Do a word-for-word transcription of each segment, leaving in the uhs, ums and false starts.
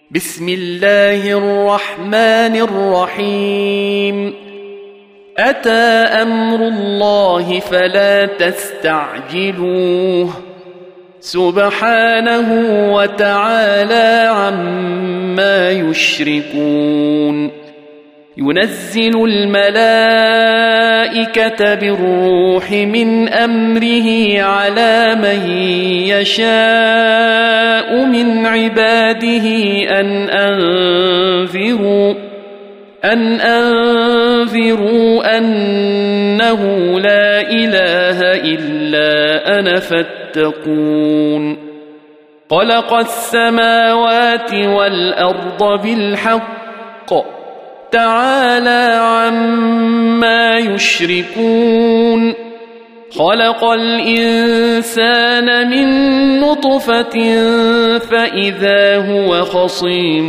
بسم الله الرحمن الرحيم أتى أمر الله فلا تستعجلوه سبحانه وتعالى عما يشركون ينزل الملائكة بالروح من أمره على من يشاء من عباده أن أنذروا أن أنذروا أنه لا إله إلا أنا فاتقون خلق السماوات والأرض بالحق تعالى عما يشركون خلق الإنسان من نطفة فإذا هو خصيم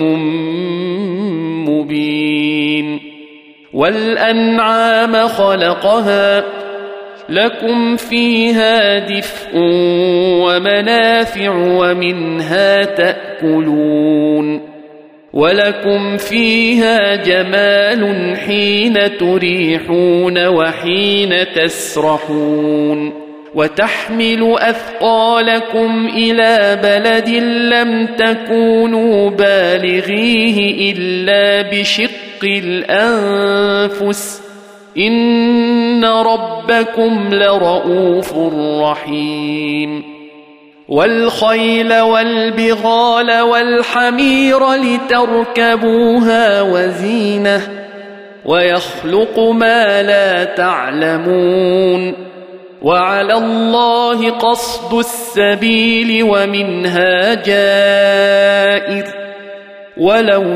مبين والأنعام خلقها لكم فيها دفء ومنافع ومنها تأكلون ولكم فيها جمال حين تريحون وحين تسرحون وتحمل أثقالكم إلى بلد لم تكونوا بالغيه إلا بشق الأنفس إن ربكم لرؤوف رحيم والخيل والبغال والحمير لتركبوها وزينة ويخلق ما لا تعلمون وعلى الله قصد السبيل ومنها جائر ولو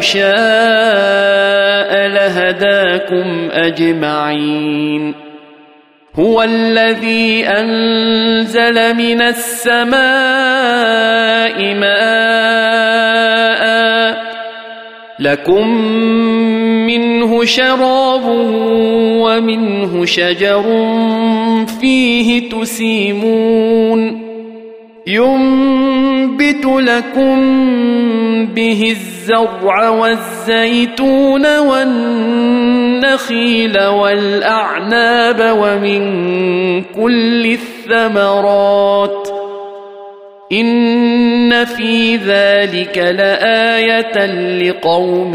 شاء لهداكم أجمعين هو الذي أنزل من السماء ماء لكم منه شراب ومنه شجر فيه تسيمون ينبت لكم به الزرع والزيتون والنخيل والأعناب ومن كل الثمرات إن في ذلك لآية لقوم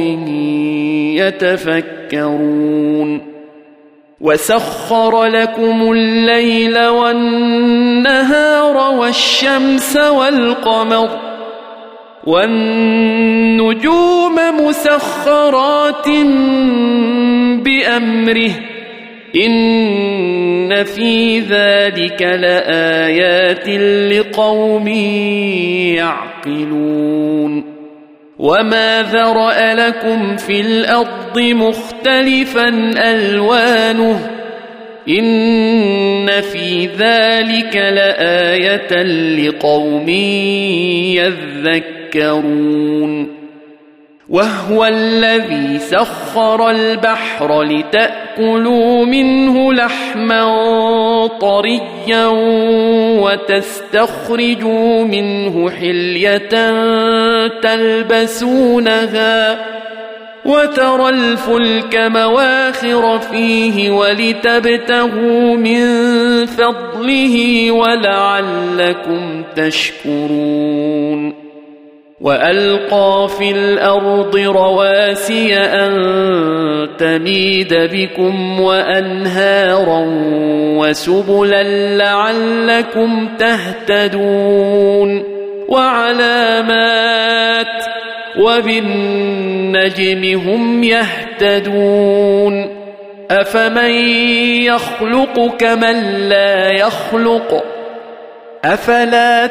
يتفكرون وسخر لكم الليل والنهار والشمس والقمر والنجوم مسخرات بأمره إن في ذلك لآيات لقوم يعقلون وما ذرأ لكم في الأرض مختلفا ألوانه إن في ذلك لآية لقوم يذكرون وهو الذي سخر البحر لتأكلوا منه لحما طريا وتستخرجوا منه حلية تلبسونها وترى الفلك مواخر فيه ولتبتغوا من فضله ولعلكم تشكرون وألقى في الأرض رواسي أن تميد بكم وأنهارا وسبلا لعلكم تهتدون وعلامات وبالنجم هم يهتدون أفمن يخلق كمن لا يخلق أفلا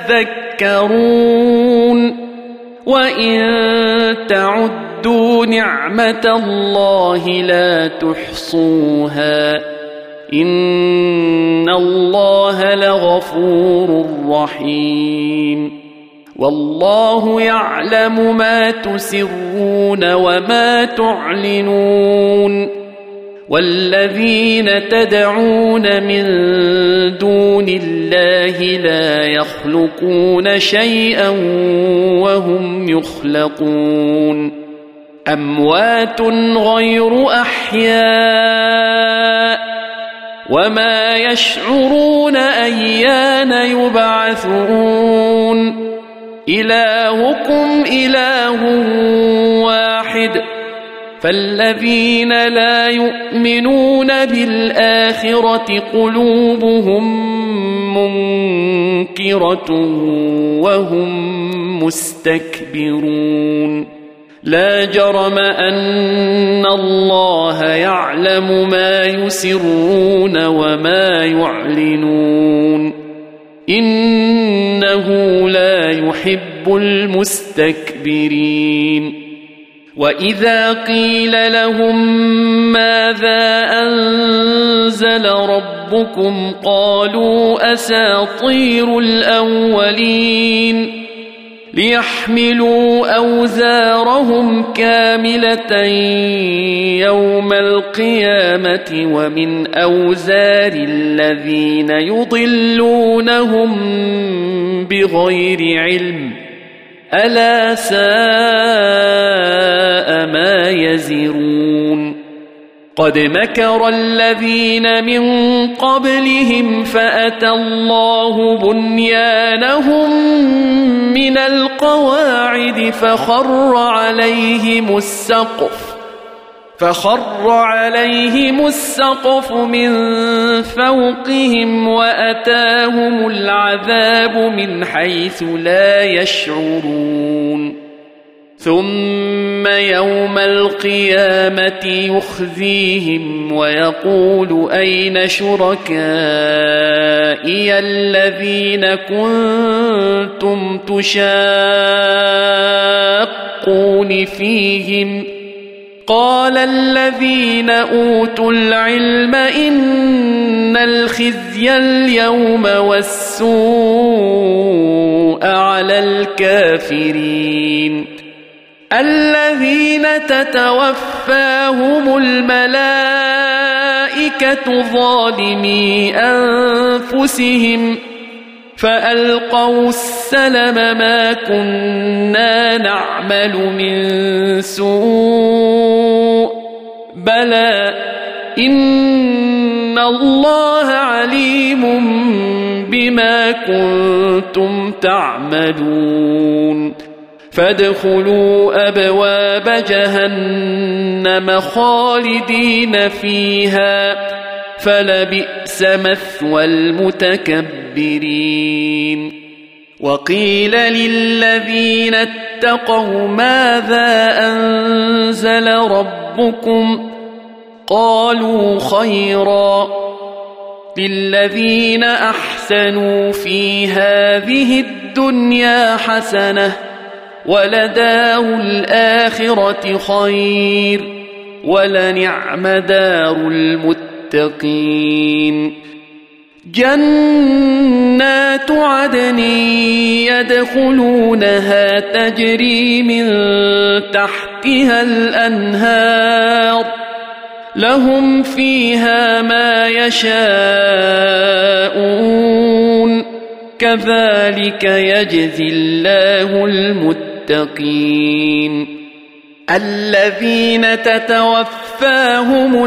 تذكرون وإن تعدوا نعمة الله لا تحصوها إن الله لغفور رحيم والله يعلم ما تسرون وما تعلنون والذين تدعون من دون الله لا يخلقون يخلقون شيئا وهم يخلقون أموات غير أحياء وما يشعرون أيان يبعثون إلهكم إله واحد فالذين لا يؤمنون بالآخرة قلوبهم منكرة وهم مستكبرون لا جرم أن الله يعلم ما يسرون وما يعلنون إنه لا يحب المستكبرين وإذا قيل لهم ماذا أنزل ربكم قالوا أساطير الأولين ليحملوا أوزارهم كاملة يوم القيامة ومن أوزار الذين يضلونهم بغير علم ألا ساء ما يزرون قد مكر الذين من قبلهم فأتى الله بنيانهم من القواعد فخر عليهم السقف فخر عليهم السقف من فوقهم وأتاهم العذاب من حيث لا يشعرون ثم يوم القيامة يخزيهم ويقول أين شركائي الذين كنتم تشاقون فيهم قال الذين أوتوا العلم إن الخزي اليوم والسوء على الكافرين الذين تتوفاهم الملائكة ظالمي أنفسهم فألقوا السلم ما كنا نعمل من سوء بلى إن الله عليم بما كنتم تعملون فادخلوا أبواب جهنم خالدين فيها فلبئس مثوى المتكبرين وقيل للذين اتقوا ماذا أنزل ربكم قالوا خيرا للذين أحسنوا في هذه الدنيا حسنة ولدار الآخرة خير ولنعم دار المتقين جنات عدن يدخلونها تجري من تحتها الأنهار لهم فيها ما يشاءون كذلك يجزي الله المتقين الذين تتوفاهم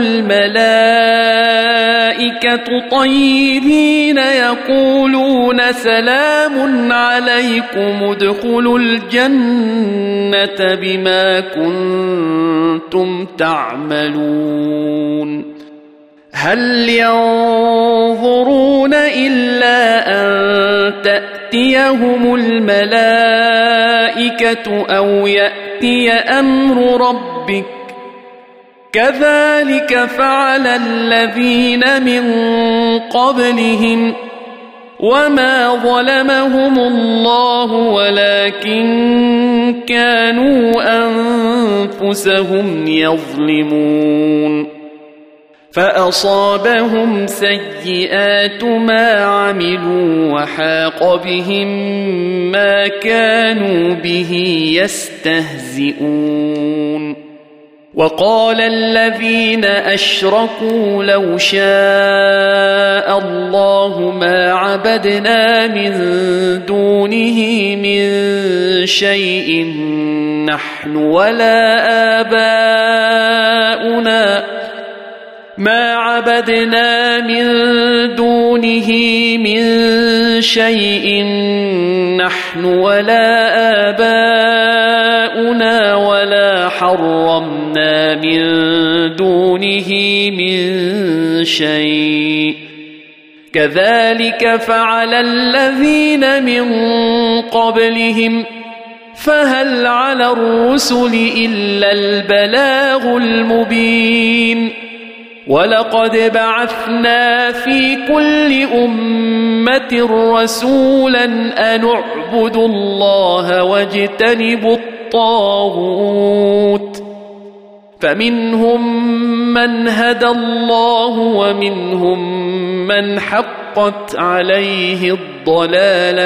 الملائكة طيبين يقولون سلام عليكم ادخلوا الجنة بما كنتم تعملون هل ينظرون إلا أن تأتيهم الملائكة أو يأتي أمر ربك كذلك فعل الذين من قبلهم وما ظلمهم الله ولكن كانوا أنفسهم يظلمون فأصابهم سيئات ما عملوا وحاق بهم ما كانوا به يستهزئون وقال الذين أشركوا لو شاء الله ما عبدنا من دونه من شيء نحن ولا آباؤنا ما عبدنا من دونه من شيء نحن ولا آباؤنا ولا حرمنا من دونه من شيء كذلك فعل الذين من قبلهم فهل على الرسل إلا البلاغ المبين ولقد بعثنا في كل أمة رسولا أن اعبدوا الله واجتنبوا الطاغوت فمنهم من هدى الله ومنهم من حقت عليه الضلالة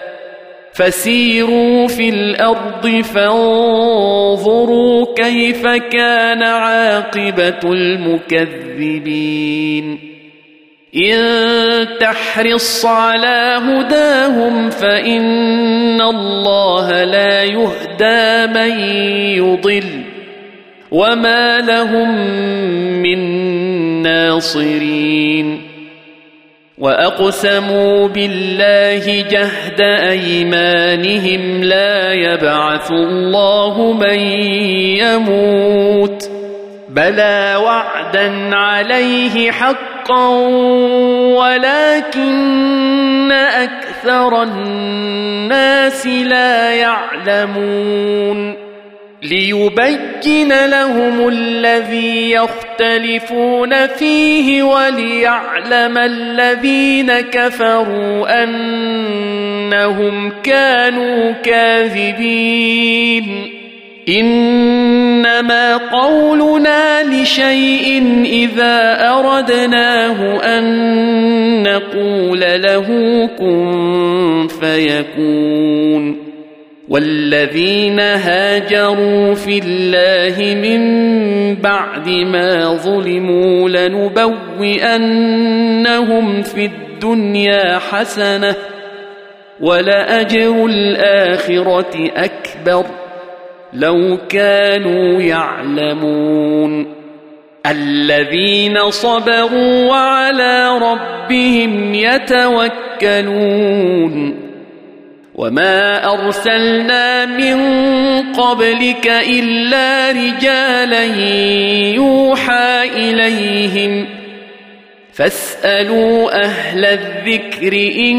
فسيروا في الأرض فانظروا كيف كان عاقبة المكذبين إن تحرص على هداهم فإن الله لا يهدى من يضل وما لهم من ناصرين وأقسموا بالله جهد أيمانهم لا يبعث الله من يموت بلى وعدا عليه حقا ولكن أكثر الناس لا يعلمون ليبين لهم الذي يختلفون فيه وليعلم الذين كفروا أنهم كانوا كاذبين إنما قولنا لشيء إذا أردناه أن نقول له كن فيكون والذين هاجروا في الله من بعد ما ظلموا لنبوئنهم في الدنيا حسنة ولأجر الآخرة أكبر لو كانوا يعلمون الذين صبروا وعلى ربهم يتوكلون وما أرسلنا من قبلك إلا رجالا يوحى إليهم فاسألوا أهل الذكر إن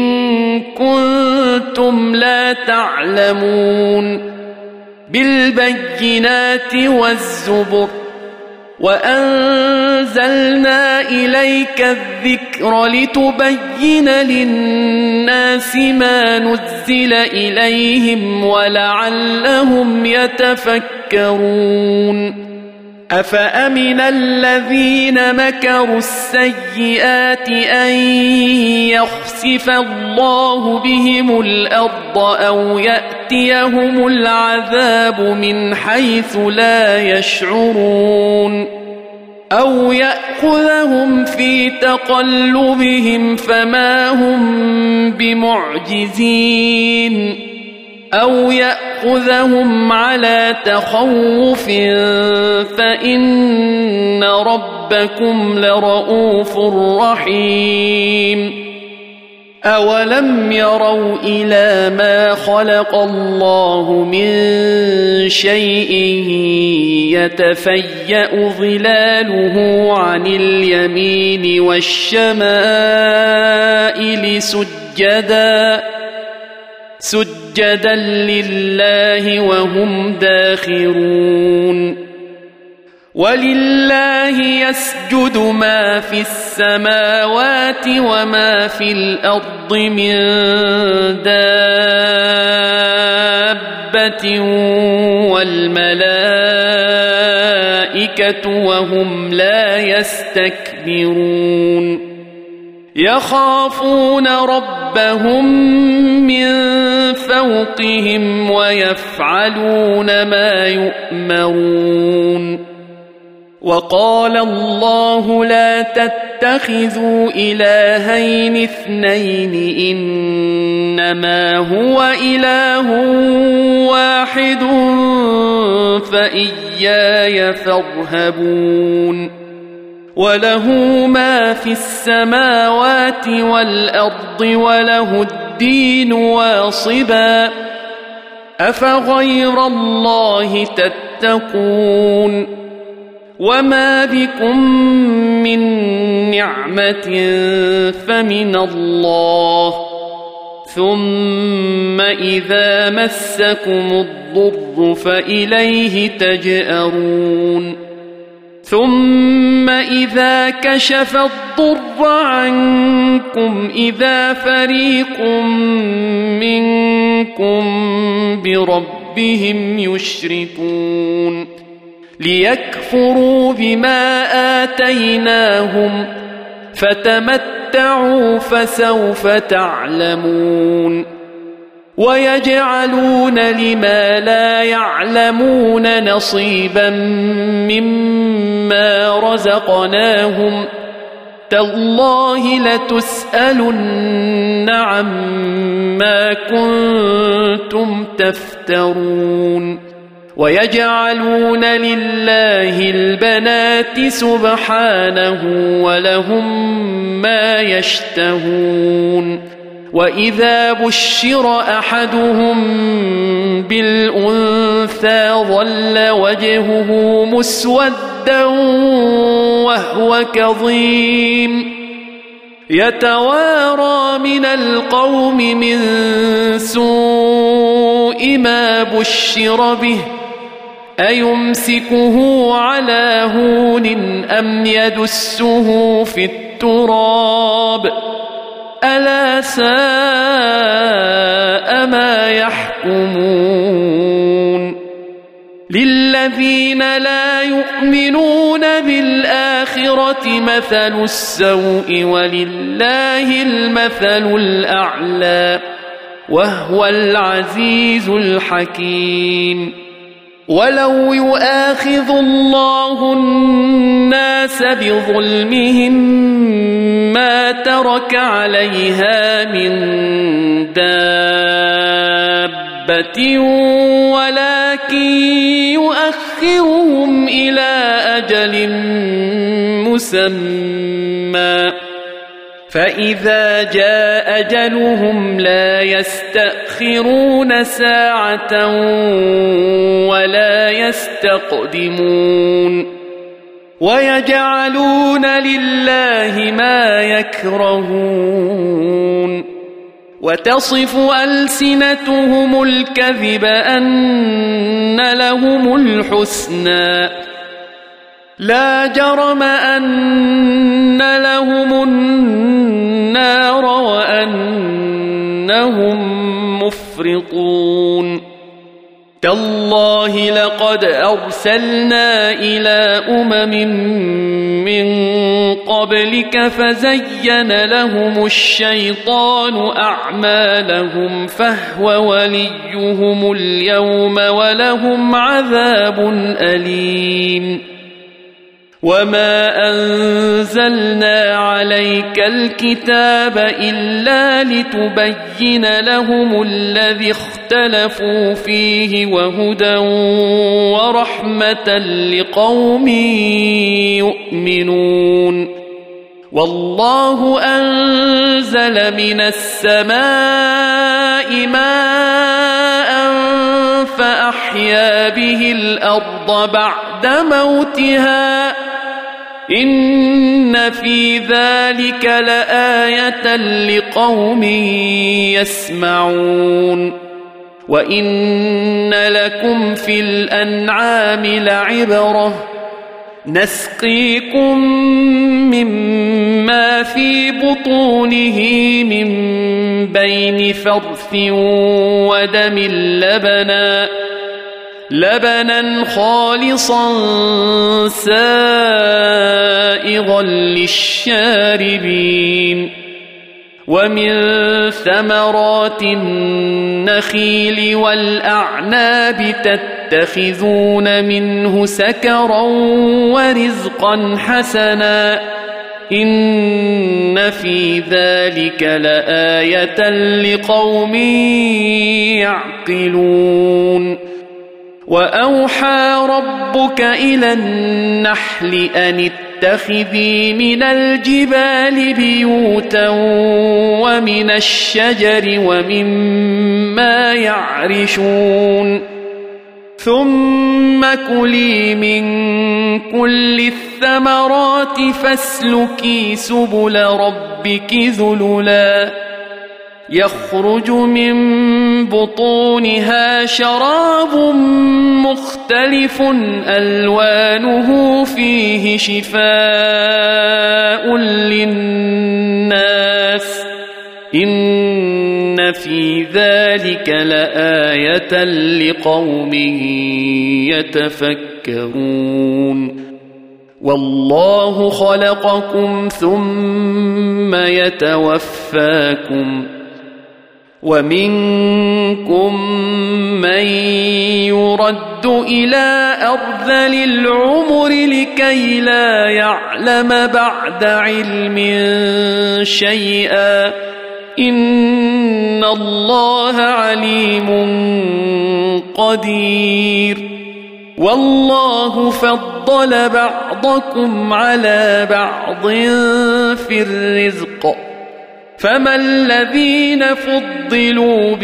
كنتم لا تعلمون بالبينات والزبر وأنزلنا إليك الذكر لتبين للناس ما نزل إليهم ولعلهم يتفكرون أفأمن الذين مكروا السيئات أن يخسف الله بهم الأرض أو يأتيهم العذاب من حيث لا يشعرون أو يأخذهم في تقلبهم فما هم بمعجزين أو يأخذهم على تخوف فإن ربكم لرؤوف رحيم أولم يروا إلى ما خلق الله من شيء يتفيأ ظلاله عن اليمين والشمائل سجداً سجدا لله وهم داخرون ولله يسجد ما في السماوات وما في الأرض من دابة والملائكة وهم لا يستكبرون يخافون ربهم من فوقهم ويفعلون ما يؤمرون وقال الله لا تتخذوا إلهين اثنين إنما هو إله واحد فإياي فارهبون وله ما في السماوات والأرض وله الدين واصبا أفغير الله تتقون وما بكم من نعمة فمن الله ثم إذا مسكم الضر فإليه تجأرون ثم إذا كشف الضر عنكم إذا فريق منكم بربهم يشركون ليكفروا بما آتيناهم فتمتعوا فسوف تعلمون ويجعلون لما لا يعلمون نصيبا مما رزقناهم تالله لتسألن عما كنتم تفترون ويجعلون لله البنات سبحانه ولهم ما يشتهون وإذا بشر أحدهم بالأنثى ظل وجهه مسودا وهو كظيم يتوارى من القوم من سوء ما بشر به أيمسكه على هون أم يدسه في التراب ألا ساء ما يحكمون للذين لا يؤمنون بالآخرة مثل السوء ولله المثل الأعلى وهو العزيز الحكيم ولو يؤاخذ الله الناس بظلمهم ما ترك عليها من دابة ولكن يؤخرهم إلى أجل مسمى فإذا جاء أجلهم لا يستأخرون ساعة ولا يستقدمون ويجعلون لله ما يكرهون وتصف ألسنتهم الكذب أن لهم الحسنى لا جرم أن لهم النار وأنهم مفرطون تالله لقد أرسلنا إلى أمم من قبلك فزين لهم الشيطان أعمالهم فهو وليهم اليوم ولهم عذاب أليم وما أنزلنا عليك الكتاب إلا لتبين لهم الذي اختلفوا فيه وهدى ورحمة لقوم يؤمنون والله أنزل من السماء ماء فأحيا به الأرض بعد موتها إن في ذلك لآية لقوم يسمعون وإن لكم في الأنعام لعبرة نسقيكم مما في بطونه من بين فرث ودم لبنا لبنا خالصا سائغا للشاربين ومن ثمرات النخيل والأعناب تتبعون يتخذون منه سكرا ورزقا حسنا إن في ذلك لآية لقوم يعقلون وأوحى ربك إلى النحل أن اتخذي من الجبال بيوتا ومن الشجر ومما يعرشون ثم كلي من كل الثمرات فاسلكي سبل ربك ذللا يخرج من بطونها شراب مختلف ألوانه فيه شفاء للناس إن في ذلك لآية لقوم يتفكرون والله خلقكم ثم يتوفاكم ومنكم من يرد إلى أرذل العمر لكي لا يعلم بعد علم شيئا إن الله عليم قدير والله فضل بعضكم على بعض في الرزق فما الذين فضلوا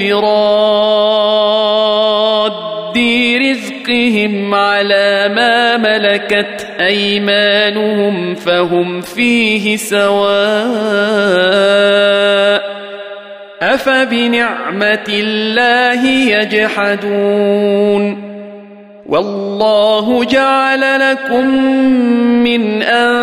براد رزقهم على ما ملكت أيمانهم فهم فيه سواء أفبنعمة الله يجحدون والله جعل لكم من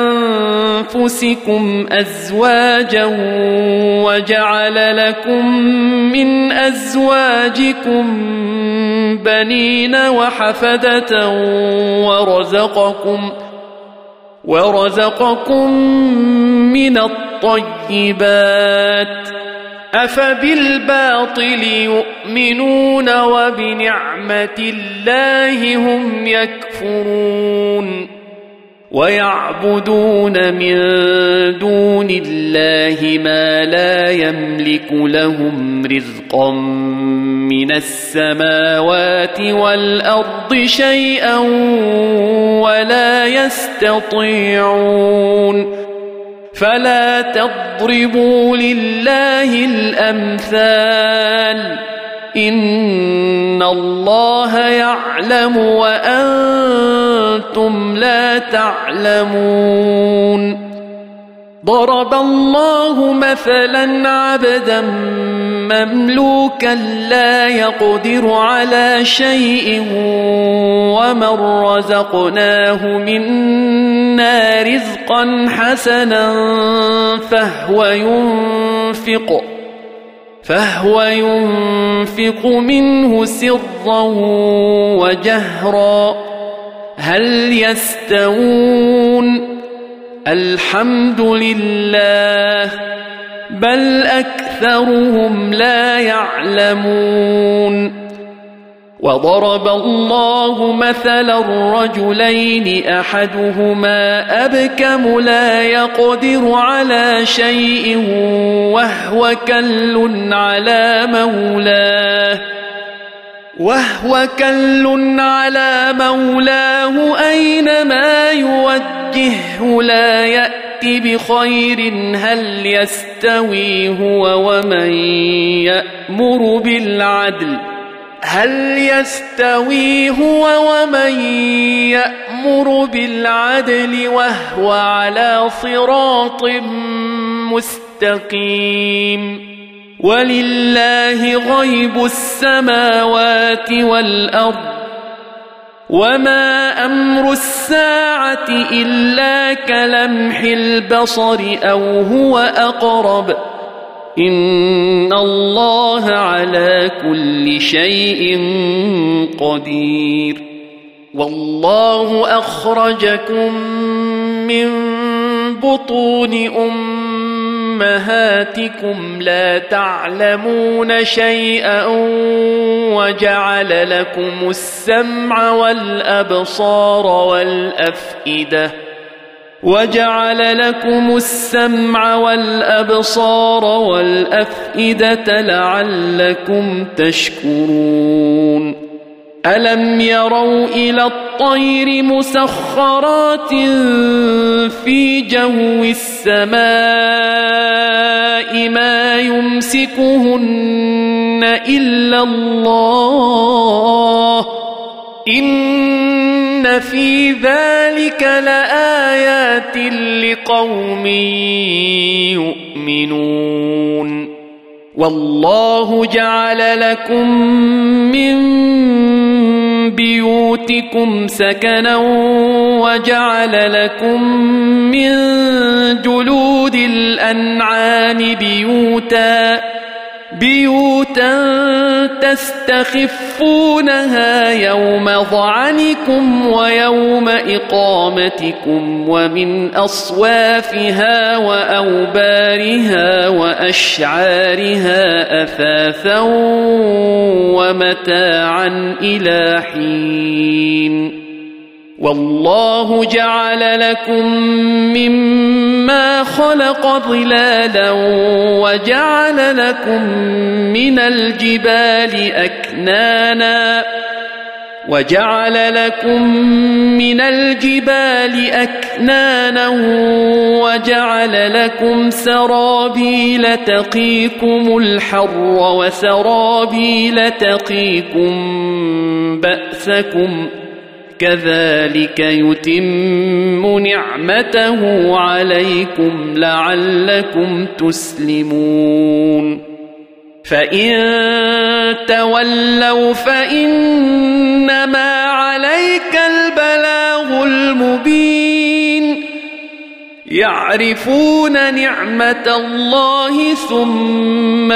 أنفسكم أزواجا وجعل لكم من أزواجكم بنين وحفدة ورزقكم ورزقكم من الطيبات أفبالباطل يؤمنون وبنعمة الله هم يكفرون ويعبدون من دون الله ما لا يملك لهم رزقا من السماوات والأرض شيئا ولا يستطيعون فلا تضربوا لله الأمثال إن الله يعلم وأنتم لا تعلمون ضرب الله مثلا عبدا مملوكا لا يقدر على شيء ومن رزقناه منا رزقا حسنا فهو ينفق فهو ينفق منه سرا وجهرا هل يستوون الحمد لله بل أكثرهم لا يعلمون وضرب الله مثلا رجلين أحدهما أبكم لا يقدر على شيء وهو كل على مولاه وهو كل على مولاه أينما يوجهه لا يأتي بخير هل يستوي هو ومن يأمر بالعدل هل يستوي هو ومن يأمر بالعدل وهو على صراط مستقيم ولله غيب السماوات والأرض وما أمر الساعة إلا كلمح البصر أو هو أقرب إن الله على كل شيء قدير والله أخرجكم من بطون أمهاتكم أمهاتكم لا تعلمون شيئا وجعل لكم السمع والأبصار والأفئدة وجعل لكم السمع والأبصار والأفئدة لعلكم تشكرون ألم يروا إلى الطير مسخرات في جو السماء ما يمسكهن إلا الله إن في ذلك لآيات لقوم يؤمنون والله جعل لكم من بيوتكم سكنا وجعل لكم من جلود الأنعام بيوتا بيوتا تستخفونها يوم ظعنكم ويوم إقامتكم ومن أصوافها وأوبارها وأشعارها أثاثا ومتاعا إلى حين والله جعل لكم مما خلق ظلالا وجعل لكم من الجبال أكنانا وجعل لكم من الجبال أكنانا وجعل لكم سرابيل تقيكم الحر وسرابيل تقيكم بأسكم كذلك يتم نعمته عليكم لعلكم تسلمون فإن تولوا فإنما عليك البلاغ المبين يعرفون نعمة الله ثم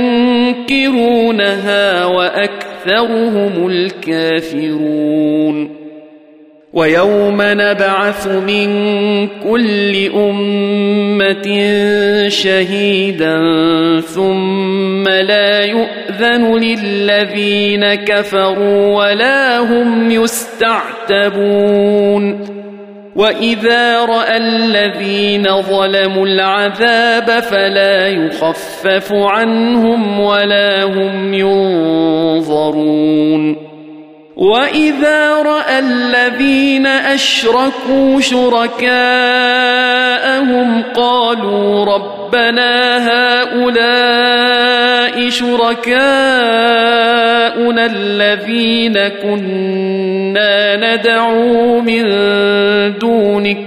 ينكرونها وأكثرهم الكافرون ويوم نبعث من كل أمة شهيدا ثم لا يؤذن للذين كفروا ولا هم يستعتبون وإذا رأى الذين ظلموا العذاب فلا يخفف عنهم ولا هم ينظرون وإذا رأى الذين أشركوا شركاءهم قالوا ربنا هؤلاء شركاؤنا الذين كنا ندعو من دونك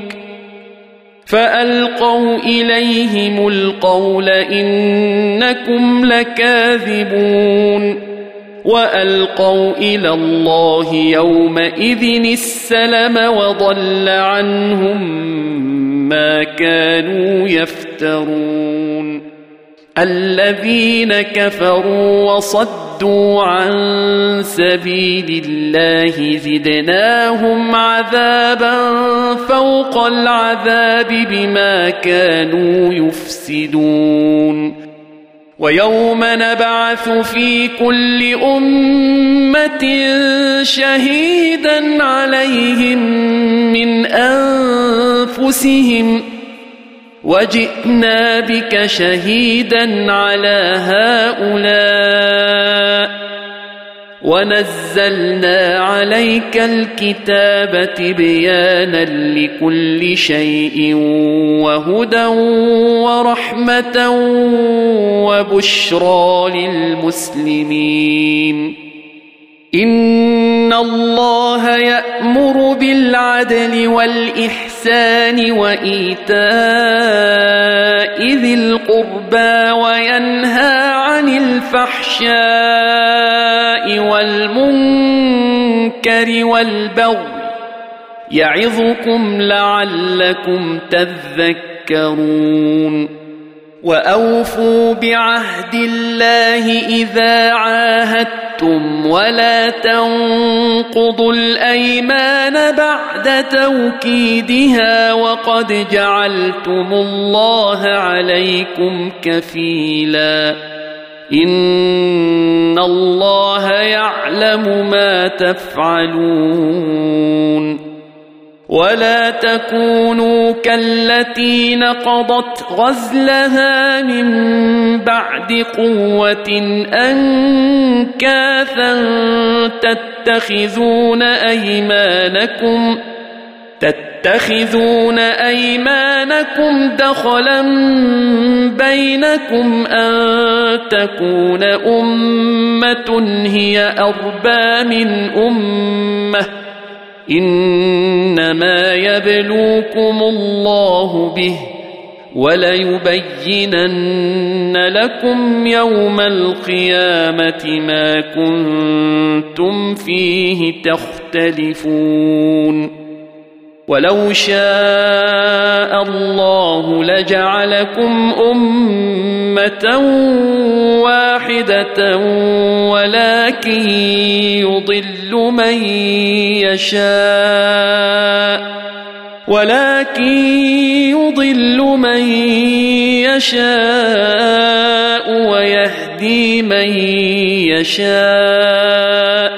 فألقوا إليهم القول إنكم لكاذبون وألقوا إلى الله يومئذ السلم وضل عنهم ما كانوا يفترون الذين كفروا وصدوا عن سبيل الله زدناهم عذابا فوق العذاب بما كانوا يفسدون ويوم نبعث في كل أمة شهيدا عليهم من أنفسهم وجئنا بك شهيدا على هؤلاء ونزلنا عليك الكتاب تبيانا لكل شيء وهدى ورحمة وبشرى للمسلمين إن الله يأمر بالعدل والإحسان وإيتاء ذي القربى وينهى عن الفحشاء والمنكر والبغي يعظكم لعلكم تذكرون وأوفوا بعهد الله إذا عاهدتم ولا تنقضوا الأيمان بعد توكيدها وقد جعلتم الله عليكم كفيلا إن الله يعلم ما تفعلون ولا تكونوا كالتي نقضت غزلها من بعد قوة أنكاثا تتخذون أيمانكم تتخذون أيمانكم دخلا بينكم أن تكون أمة هي أربى من أمة إنما يبلوكم الله به وليبينن لكم يوم القيامة ما كنتم فيه تختلفون ولو شاء الله لجعلكم أمة واحدة ولكن يضل من يشاء ولكن يضل من يشاء ويهدي من يشاء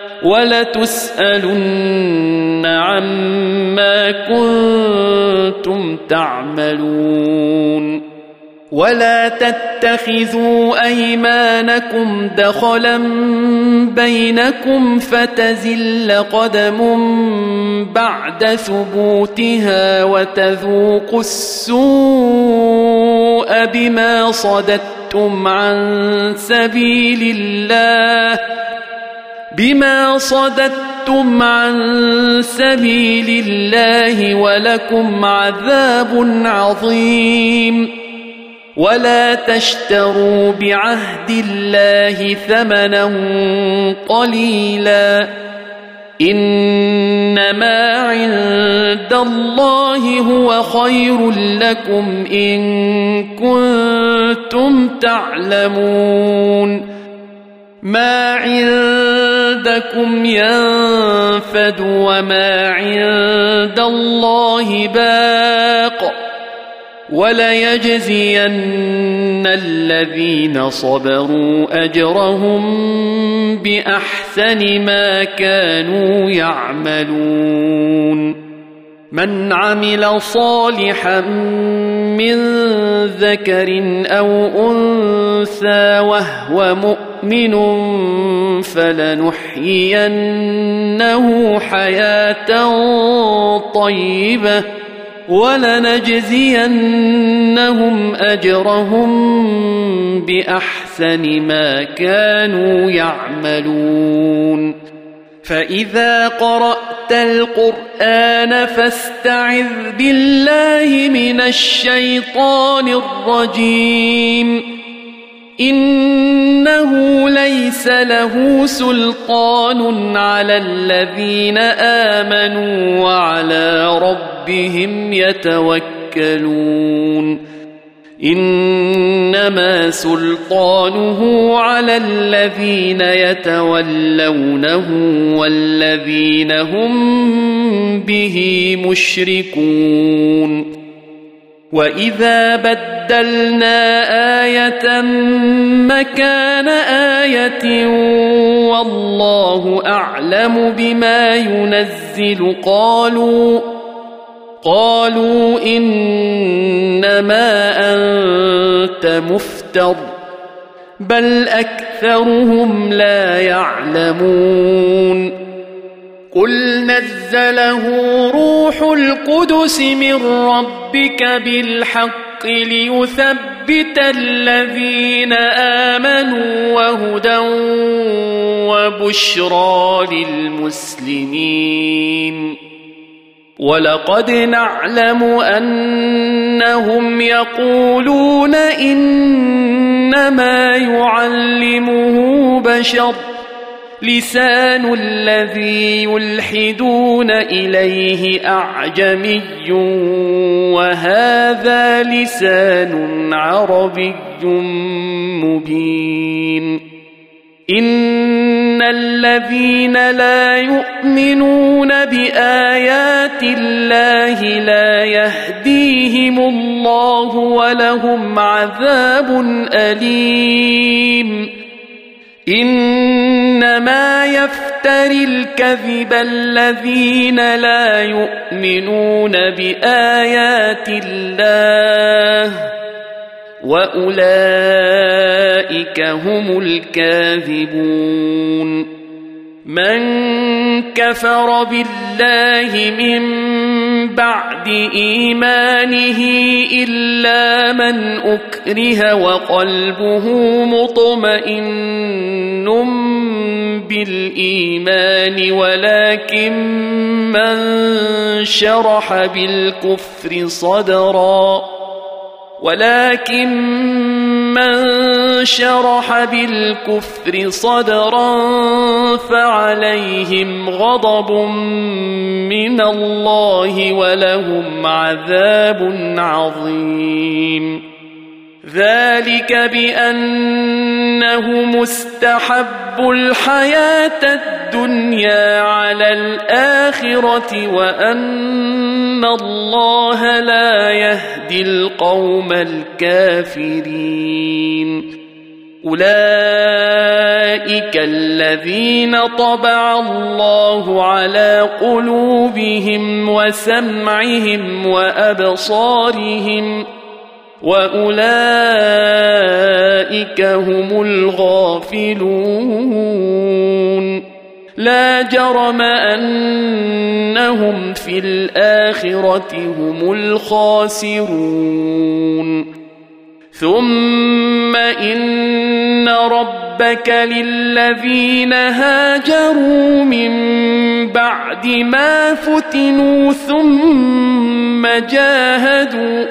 ولتسألن عما كنتم تعملون ولا تتخذوا أيمانكم دخلا بينكم فتزل قدم بعد ثبوتها وتذوقوا السوء بما صددتم عن سبيل الله بما صددتم عن سبيل الله ولكم عذاب عظيم ولا تشتروا بعهد الله ثمنا قليلا إنما عند الله هو خير لكم إن كنتم تعلمون ما عندكم ينفد وما عند الله باق وليجزين الذين صبروا أجرهم بأحسن ما كانوا يعملون من عمل صالحا من ذكر أو أنثى وهو مؤمن فلنحيينه حياة طيبة ولنجزينهم أجرهم بأحسن ما كانوا يعملون فإذا قرأت القرآن فاستعذ بالله من الشيطان الرجيم إنه ليس له سلطان على الذين آمنوا وعلى ربهم يتوكلون إنما سلطانه على الذين يتولونه والذين هم به مشركون وإذا بدلنا آية مكان آية والله أعلم بما ينزل قالوا قالوا إنما أنت مفتر بل أكثرهم لا يعلمون قل نزله روح القدس من ربك بالحق ليثبت الذين آمنوا وهدى وبشرى للمسلمين ولقد نعلم أنهم يقولون إنما يعلمه بشر لسان الذي يلحدون إليه أعجمي وهذا لسان عربي مبين إن الذين لا يؤمنون بآيات الله لا يهديهم الله ولهم عذاب أليم إنما يفتري الكذب الذين لا يؤمنون بآيات الله وأولئك هم الكاذبون من كفر بالله من بعد إيمانه إلا من أكره وقلبه مطمئن بالإيمان ولكن من شرح بالكفر صدرا ولكن من شرح بالكفر صدرا فعليهم غضب من الله ولهم عذاب عظيم ذلك بأنه مستحب الحياة الدنيا على الآخرة وأن الله لا يهدي القوم الكافرين أولئك الذين طبع الله على قلوبهم وسمعهم وأبصارهم وأولئك هم الغافلون لا جرم أنهم في الآخرة هم الخاسرون ثم إن ربك للذين هاجروا من بعد ما فتنوا ثم جاهدوا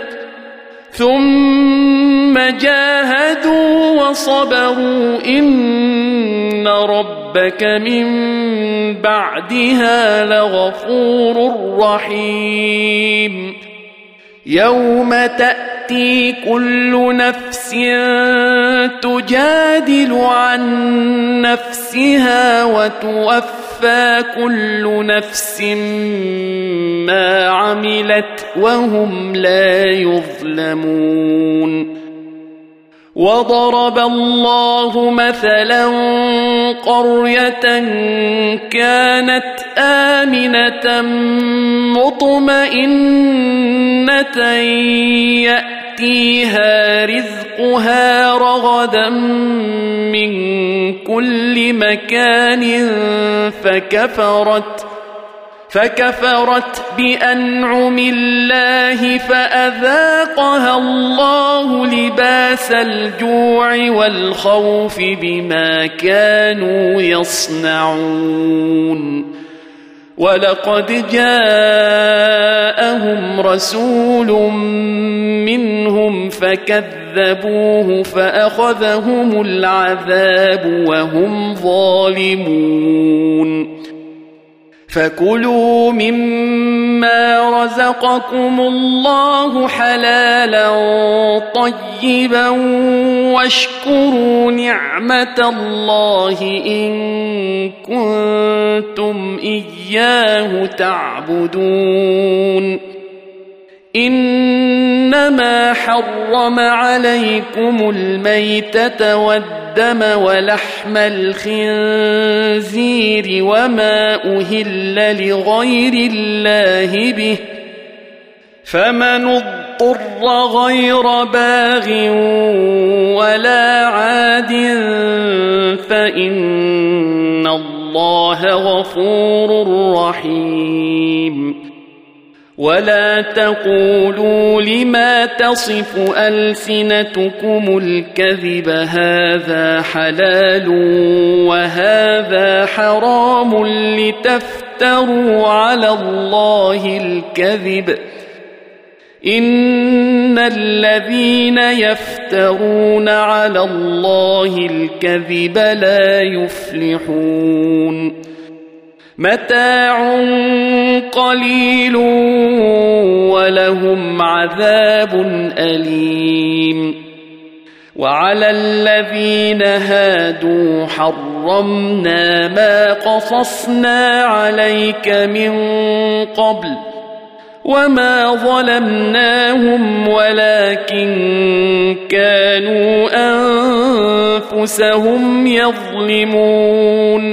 ثم جاهدوا وصبروا إن ربك من بعدها لغفور رحيم يوم تأتي كل نفس تجادل عن نفسها وتوفى كل نفس ما عملت وهم لا يظلمون وضرب الله مثلا قرية كانت آمنة مطمئنة يأتيها رزقها رغدا من كل مكان فكفرت فكفرت بأنعم الله فأذاقها الله لباس الجوع والخوف بما كانوا يصنعون ولقد جاءهم رسول منهم فكذبوه فأخذهم العذاب وهم ظالمون فكلوا مما رزقكم الله حلالا طيبا واشكروا نعمة الله إن كنتم إياه تعبدون إنما حرم عليكم الميتة والدم ولحم الخنزير وما أهل لغير الله به فمن اضطر غير باغ ولا عاد فإن الله غفور رحيم ولا تقولوا لما تصف ألسنتكم الكذب هذا حلال وهذا حرام لتفتروا على الله الكذب إن الذين يفترون على الله الكذب لا يفلحون متاع قليل ولهم عذاب أليم وعلى الذين هادوا حرمنا ما قصصنا عليك من قبل وما ظلمناهم ولكن كانوا أنفسهم يظلمون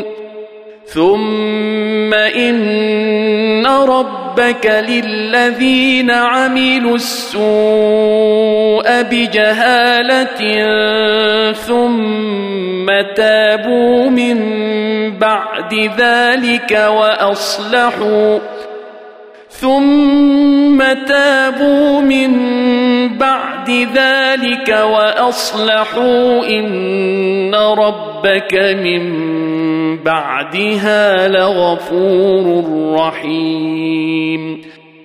ثم إن ربك للذين عملوا السوء بجهالة ثم تابوا من بعد ذلك وأصلحوا ثم تابوا من بعد ذلك وأصلحوا إن ربك من بعدها لغفور رحيم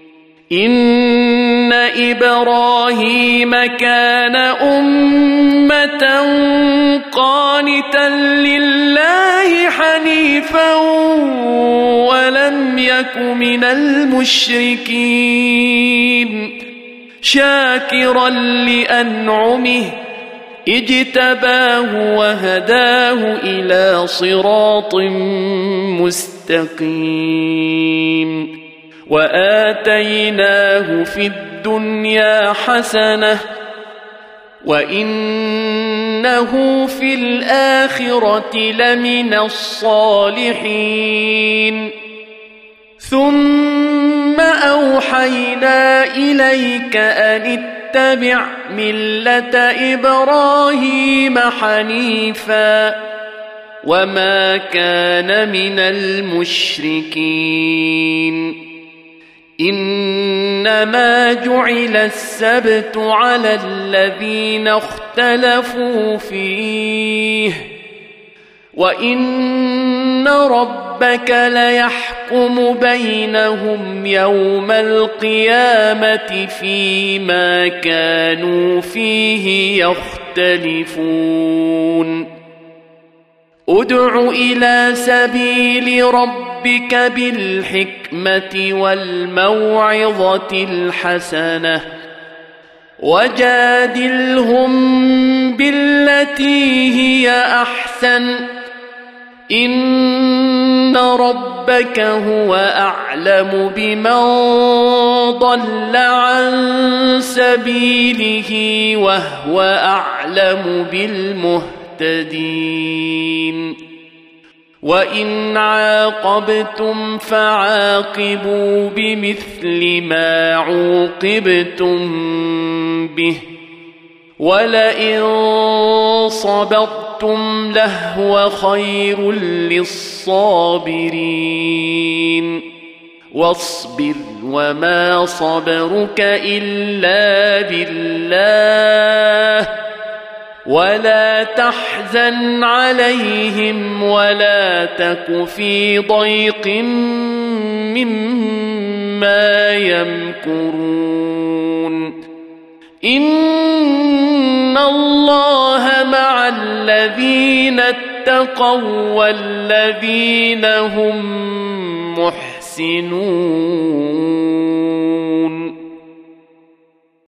إن إبراهيم كان أمة قانتا لله حنيفا ولم يك من المشركين شاكرا لأنعمه اجتباه وهداه إلى صراط مستقيم وآتيناه في الدنيا حسنة وإنه في الآخرة لمن الصالحين ثم أوحينا إليك أن اتبع ملة إبراهيم حنيفا وما كان من المشركين إنما جعل السبت على الذين اختلفوا فيه وإن ربك ليحكم بينهم يوم القيامة فيما كانوا فيه يختلفون ادع إلى سبيل ربك بالحكمة والموعظة الحسنة وجادلهم بالتي هي أحسن إن ربك هو أعلم بمن ضل عن سبيله وهو أعلم بالمهتدين وإن عاقبتم فعاقبوا بمثل ما عوقبتم به ولئن صبرتم لهو خير للصابرين واصبر وما صبرك إلا بالله ولا تحزن عليهم ولا تك في ضيق مما يمكرون إن الله مع الذين اتقوا والذين هم محسنون